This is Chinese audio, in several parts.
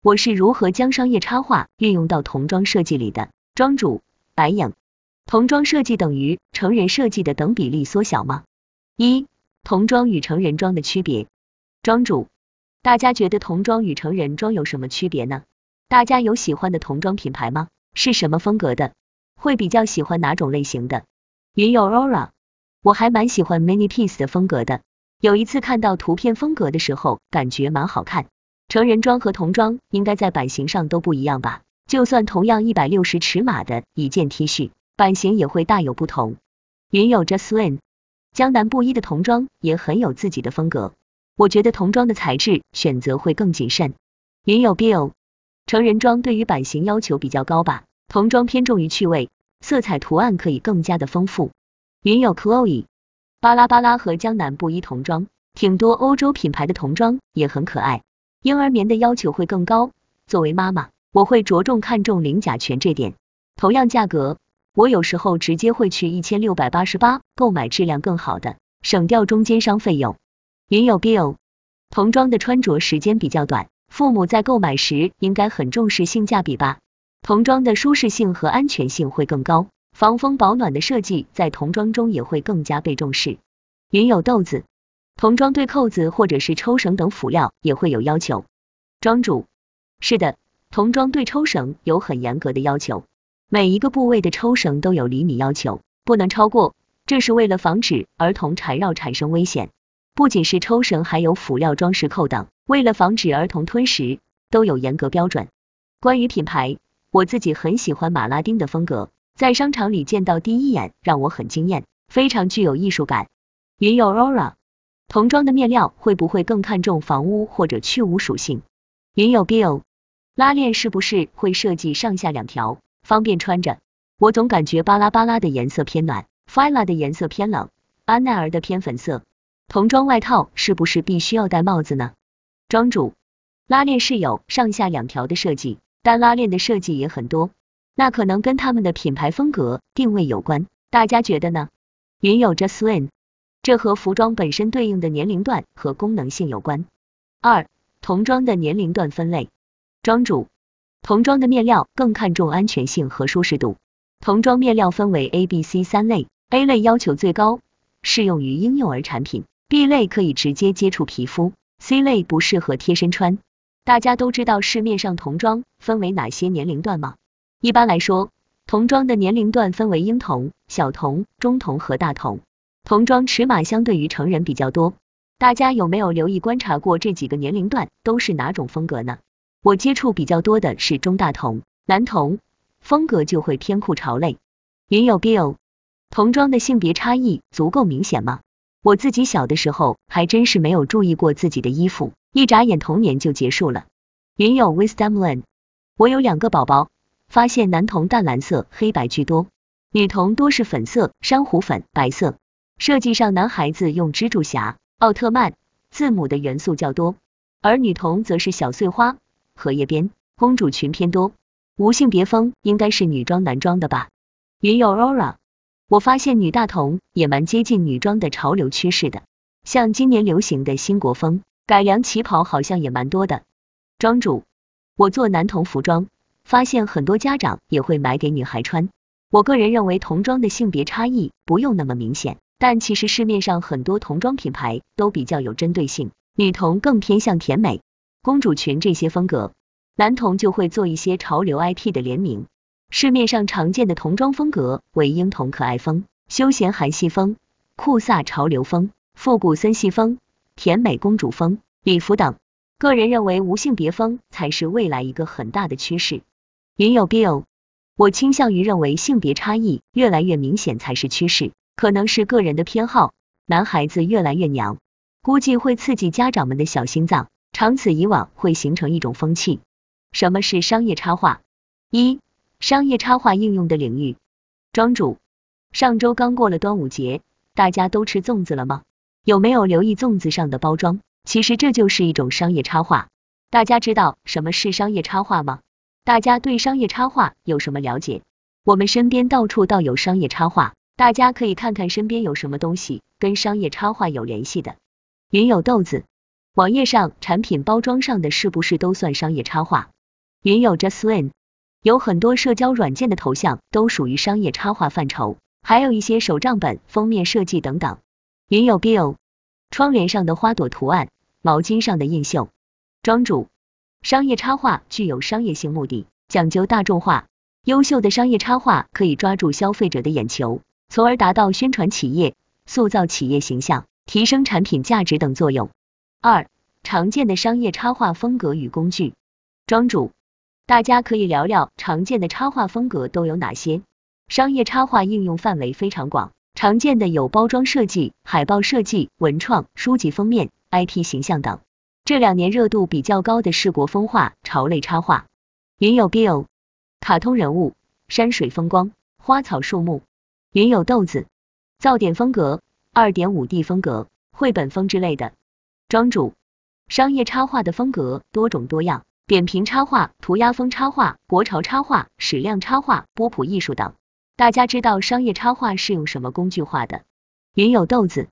我是如何将商业插画运用到童装设计里的。庄主：白影。童装设计等于成人设计的等比例缩小吗？一、童装与成人装的区别。庄主：大家觉得童装与成人装有什么区别呢？大家有喜欢的童装品牌吗？是什么风格的？会比较喜欢哪种类型的？云友 Aura， 我还蛮喜欢 Mini Piece 的风格的，有一次看到图片风格的时候，感觉蛮好看。成人装和童装应该在版型上都不一样吧？就算同样160尺码的一件 T 恤，版型也会大有不同。云友 Justwin， 江南布衣的童装也很有自己的风格，我觉得童装的材质选择会更谨慎。云友 Bill， 成人装对于版型要求比较高吧，童装偏重于趣味，色彩图案可以更加的丰富。云友 Chloe， 巴拉巴拉和江南布衣童装，挺多欧洲品牌的童装也很可爱。婴儿棉的要求会更高，作为妈妈，我会着重看重零甲醛这点。同样价格，我有时候直接会去1688购买质量更好的，省掉中间商费用。云友 Bill， 童装的穿着时间比较短，父母在购买时应该很重视性价比吧。童装的舒适性和安全性会更高，防风保暖的设计在童装中也会更加被重视。云友豆子，童装对扣子或者是抽绳等辅料也会有要求。庄主：是的，童装对抽绳有很严格的要求，每一个部位的抽绳都有厘米要求，不能超过，这是为了防止儿童缠绕产生危险。不仅是抽绳，还有辅料装饰扣等，为了防止儿童吞食，都有严格标准。关于品牌，我自己很喜欢马拉丁的风格，在商场里见到第一眼让我很惊艳，非常具有艺术感。云友 Aura， 童装的面料会不会更看重防污或者去污属性？云友 Bill， 拉链是不是会设计上下两条，方便穿着？我总感觉巴拉巴拉的颜色偏暖，Fila 的颜色偏冷，安奈儿的偏粉色。童装外套是不是必须要戴帽子呢？庄主：拉链是有上下两条的设计，但拉链的设计也很多，那可能跟他们的品牌风格定位有关，大家觉得呢？云友 Justwin， 这和服装本身对应的年龄段和功能性有关。二、童装的年龄段分类。庄主：童装的面料更看重安全性和舒适度，童装面料分为 A、B、C 三类， A 类要求最高，适用于婴幼儿产品， B 类可以直接接触皮肤， C 类不适合贴身穿。大家都知道市面上童装分为哪些年龄段吗？一般来说，童装的年龄段分为婴童、小童、中童和大童，童装尺码相对于成人比较多。大家有没有留意观察过这几个年龄段都是哪种风格呢？我接触比较多的是中大童、男童，风格就会偏酷潮类。云友 Bill， 童装的性别差异足够明显吗？我自己小的时候还真是没有注意过自己的衣服，一眨眼童年就结束了。云友 Wisdomland， 我有2个宝宝，发现男童淡蓝色、黑白居多，女童多是粉色、珊瑚粉、白色。设计上男孩子用蜘蛛侠、奥特曼、字母的元素较多，而女童则是小碎花、荷叶边、公主裙偏多。无性别风应该是女装男装的吧？云友 Aura， 我发现女大童也蛮接近女装的潮流趋势的，像今年流行的新国风，改良旗袍好像也蛮多的。庄主：我做男童服装，发现很多家长也会买给女孩穿。我个人认为童装的性别差异不用那么明显，但其实市面上很多童装品牌都比较有针对性，女童更偏向甜美、公主裙这些风格，男童就会做一些潮流 IP 的联名。市面上常见的童装风格为婴童可爱风、休闲韩系风、酷飒潮流风、复古森系风、甜美公主风、礼服等。个人认为无性别风才是未来一个很大的趋势。云友 Bill， 我倾向于认为性别差异越来越明显才是趋势，可能是个人的偏好，男孩子越来越娘，估计会刺激家长们的小心脏，长此以往会形成一种风气。什么是商业插画？一、商业插画应用的领域。庄主：上周刚过了端午节，大家都吃粽子了吗？有没有留意粽子上的包装？其实这就是一种商业插画。大家知道什么是商业插画吗？大家对商业插画有什么了解？我们身边到处都有商业插画，大家可以看看身边有什么东西跟商业插画有联系的。云友豆子： 网页上、产品包装上的是不是都算商业插画？云友 Justline， 有很多社交软件的头像都属于商业插画范畴，还有一些手账本、封面设计等等。云友 Bill， 窗帘上的花朵图案，毛巾上的印绣。庄主，商业插画具有商业性目的，讲究大众化。优秀的商业插画可以抓住消费者的眼球，从而达到宣传企业、塑造企业形象、提升产品价值等作用。2. 常见的商业插画风格与工具。庄主，大家可以聊聊常见的插画风格都有哪些？商业插画应用范围非常广，常见的有包装设计、海报设计、文创、书籍封面、IP 形象等。这2年热度比较高的是国风画、潮类插画。云友 Bill， 卡通人物、山水风光、花草树木。云友豆子，噪点风格、2.5D 风格、绘本风之类的。庄主，商业插画的风格多种多样，扁平插画、涂鸦风插画、国潮插画、矢量插画、波普艺术等。大家知道商业插画是用什么工具画的？云友豆子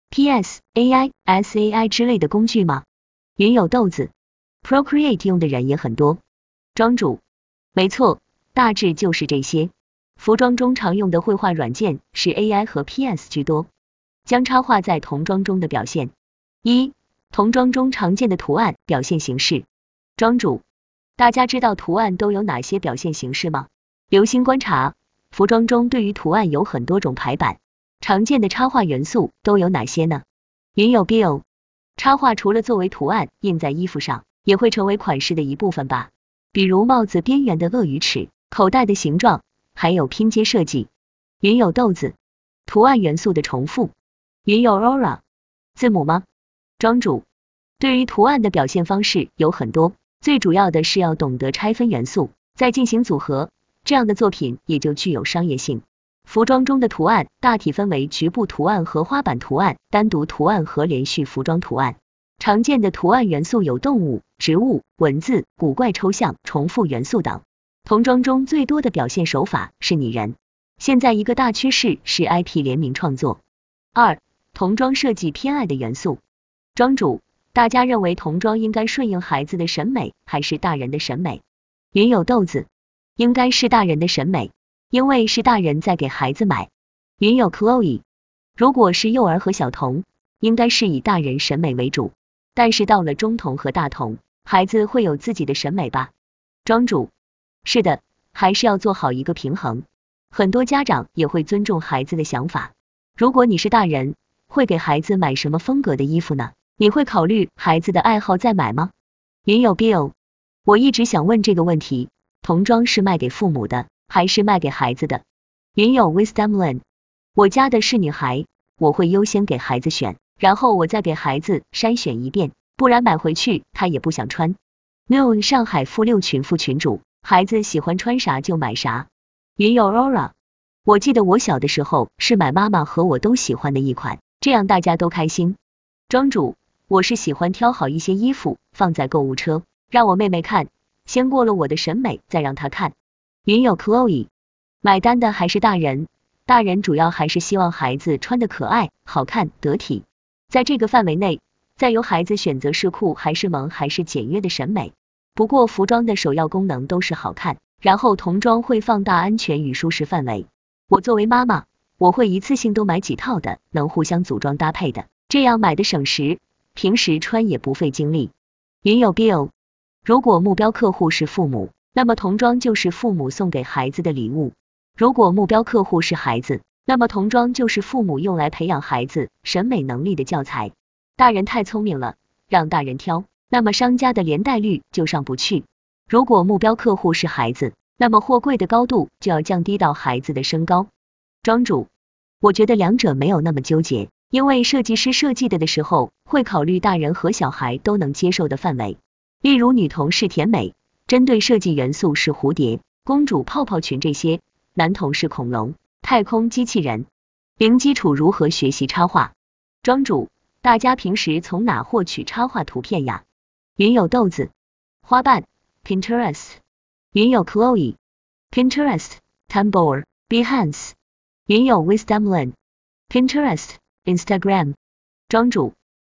PS、AI、SAI 之类的工具吗？云友豆子 Procreate 用的人也很多。庄主，没错，大致就是这些。服装中常用的绘画软件是 AI 和 PS 居多。将插画在童装中的表现。1. 童装中常见的图案表现形式。庄主，大家知道图案都有哪些表现形式吗？留心观察，服装中对于图案有很多种排版。常见的插画元素都有哪些呢？云友 Bill， 插画除了作为图案印在衣服上，也会成为款式的一部分吧？比如帽子边缘的鳄鱼齿、口袋的形状，还有拼接设计。云友豆子，图案元素的重复。云友 Aura， 字母吗？庄主，对于图案的表现方式有很多，最主要的是要懂得拆分元素，再进行组合，这样的作品也就具有商业性。服装中的图案大体分为局部图案和花板图案、单独图案和连续服装图案。常见的图案元素有动物、植物、文字、古怪抽象、重复元素等。童装中最多的表现手法是拟人。现在一个大趋势是 IP 联名创作。2. 童装设计偏爱的元素。庄主，大家认为童装应该顺应孩子的审美还是大人的审美？云友豆子，应该是大人的审美，因为是大人在给孩子买。云友 Chloe， 如果是幼儿和小童，应该是以大人审美为主，但是到了中童和大童，孩子会有自己的审美吧？庄主，是的，还是要做好一个平衡。很多家长也会尊重孩子的想法。如果你是大人，会给孩子买什么风格的衣服呢？你会考虑孩子的爱好再买吗？云友 Bill， 我一直想问这个问题，童装是卖给父母的，还是卖给孩子的？云友 Wisdomland， 我家的是女孩，我会优先给孩子选，然后我再给孩子筛选一遍，不然买回去他也不想穿。Noon 上海负6群副群主，孩子喜欢穿啥就买啥。云友 Aura， 我记得我小的时候是买妈妈和我都喜欢的一款，这样大家都开心。庄主，我是喜欢挑好一些衣服放在购物车，让我妹妹看，先过了我的审美再让她看。云友 Chloe， 买单的还是大人，大人主要还是希望孩子穿得可爱、好看、得体，在这个范围内，再由孩子选择是酷还是萌还是简约的审美。不过服装的首要功能都是好看，然后童装会放大安全与舒适范围。我作为妈妈，我会一次性都买几套的，能互相组装搭配的，这样买的省时，平时穿也不费精力。云友 Bill， 如果目标客户是父母，那么童装就是父母送给孩子的礼物；如果目标客户是孩子，那么童装就是父母用来培养孩子审美能力的教材。大人太聪明了，让大人挑，那么商家的连带率就上不去。如果目标客户是孩子，那么货柜的高度就要降低到孩子的身高。庄主，我觉得两者没有那么纠结，因为设计师设计的时候会考虑大人和小孩都能接受的范围。例如女童是甜美，针对设计元素是蝴蝶、公主泡泡裙这些；男童是恐龙、太空机器人。零基础如何学习插画？庄主，大家平时从哪获取插画图片呀？云友豆子，花瓣 Pinterest。云友 Chloe， Pinterest Tumblr Behance。云友 Wisdomland， Pinterest Instagram。庄主，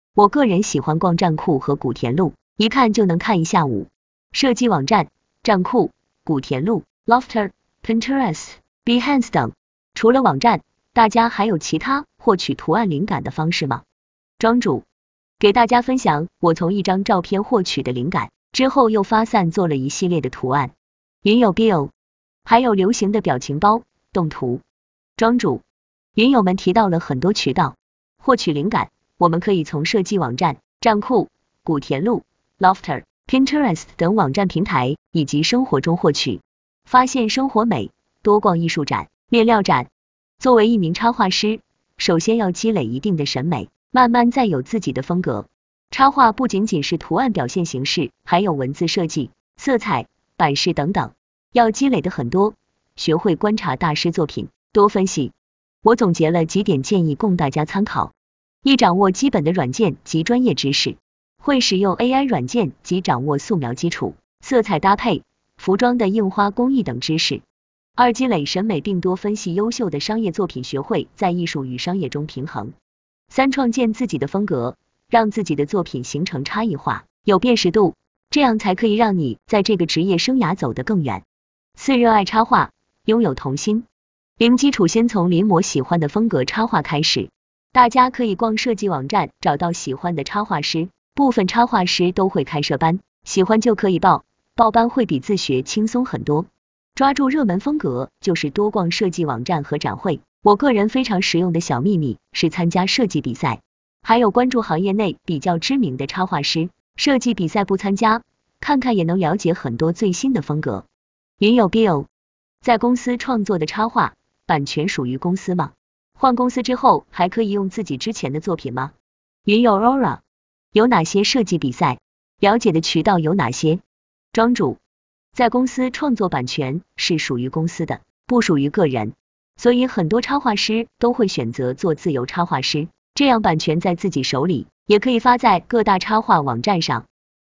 我个人喜欢逛站酷和古田路，一看就能看一下午。设计网站、站酷、古田路、Lofter、Pinterest、Behance 等。除了网站，大家还有其他获取图案灵感的方式吗？庄主给大家分享我从一张照片获取的灵感，之后又发散做了一系列的图案。云友 Bill， 还有流行的表情包、动图。庄主，云友们提到了很多渠道获取灵感，我们可以从设计网站、站酷、古田路、Lofter、Pinterest 等网站平台以及生活中获取。发现生活美，多逛艺术展、面料展。作为一名插画师，首先要积累一定的审美，慢慢再有自己的风格。插画不仅仅是图案表现形式，还有文字设计、色彩、版式等等，要积累的很多。学会观察大师作品，多分析。我总结了几点建议供大家参考。一、掌握基本的软件及专业知识，会使用 AI 软件及掌握素描基础、色彩搭配、服装的印花工艺等知识。二、积累审美并多分析优秀的商业作品，学会在艺术与商业中平衡。三、创建自己的风格，让自己的作品形成差异化、有辨识度，这样才可以让你在这个职业生涯走得更远。四、热爱插画，拥有童心。零基础先从临摹喜欢的风格插画开始，大家可以逛设计网站找到喜欢的插画师，部分插画师都会开设班，喜欢就可以报班会比自学轻松很多。抓住热门风格就是多逛设计网站和展会。我个人非常实用的小秘密是参加设计比赛，还有关注行业内比较知名的插画师。设计比赛不参加，看看也能了解很多最新的风格。云友 Bill， 在公司创作的插画版权属于公司吗？换公司之后还可以用自己之前的作品吗？云友 Aura， 有哪些设计比赛？了解的渠道有哪些？庄主，在公司创作版权是属于公司的，不属于个人，所以很多插画师都会选择做自由插画师，这样版权在自己手里，也可以发在各大插画网站上。